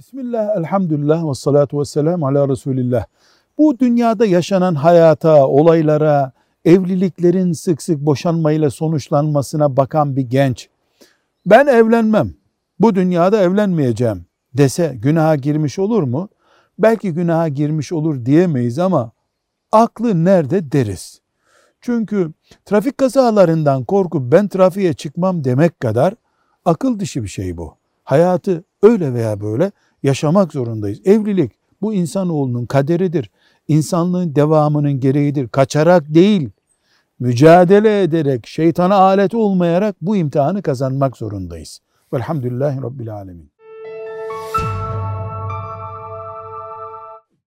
Bismillah, elhamdülillah ve salatu ve selamu ala Resulillah. Bu dünyada yaşanan hayata, olaylara, evliliklerin sık sık boşanmayla sonuçlanmasına bakan bir genç, ben evlenmem, bu dünyada evlenmeyeceğim dese günaha girmiş olur mu? Belki günaha girmiş olur diyemeyiz ama aklı nerede deriz. Çünkü trafik kazalarından korkup ben trafiğe çıkmam demek kadar akıl dışı bir şey bu. Hayatı öyle veya böyle yaşamak zorundayız. Evlilik bu insanoğlunun kaderidir. İnsanlığın devamının gereğidir. Kaçarak değil, mücadele ederek, şeytana alet olmayarak bu imtihanı kazanmak zorundayız. Velhamdülillahi Rabbil Alemin.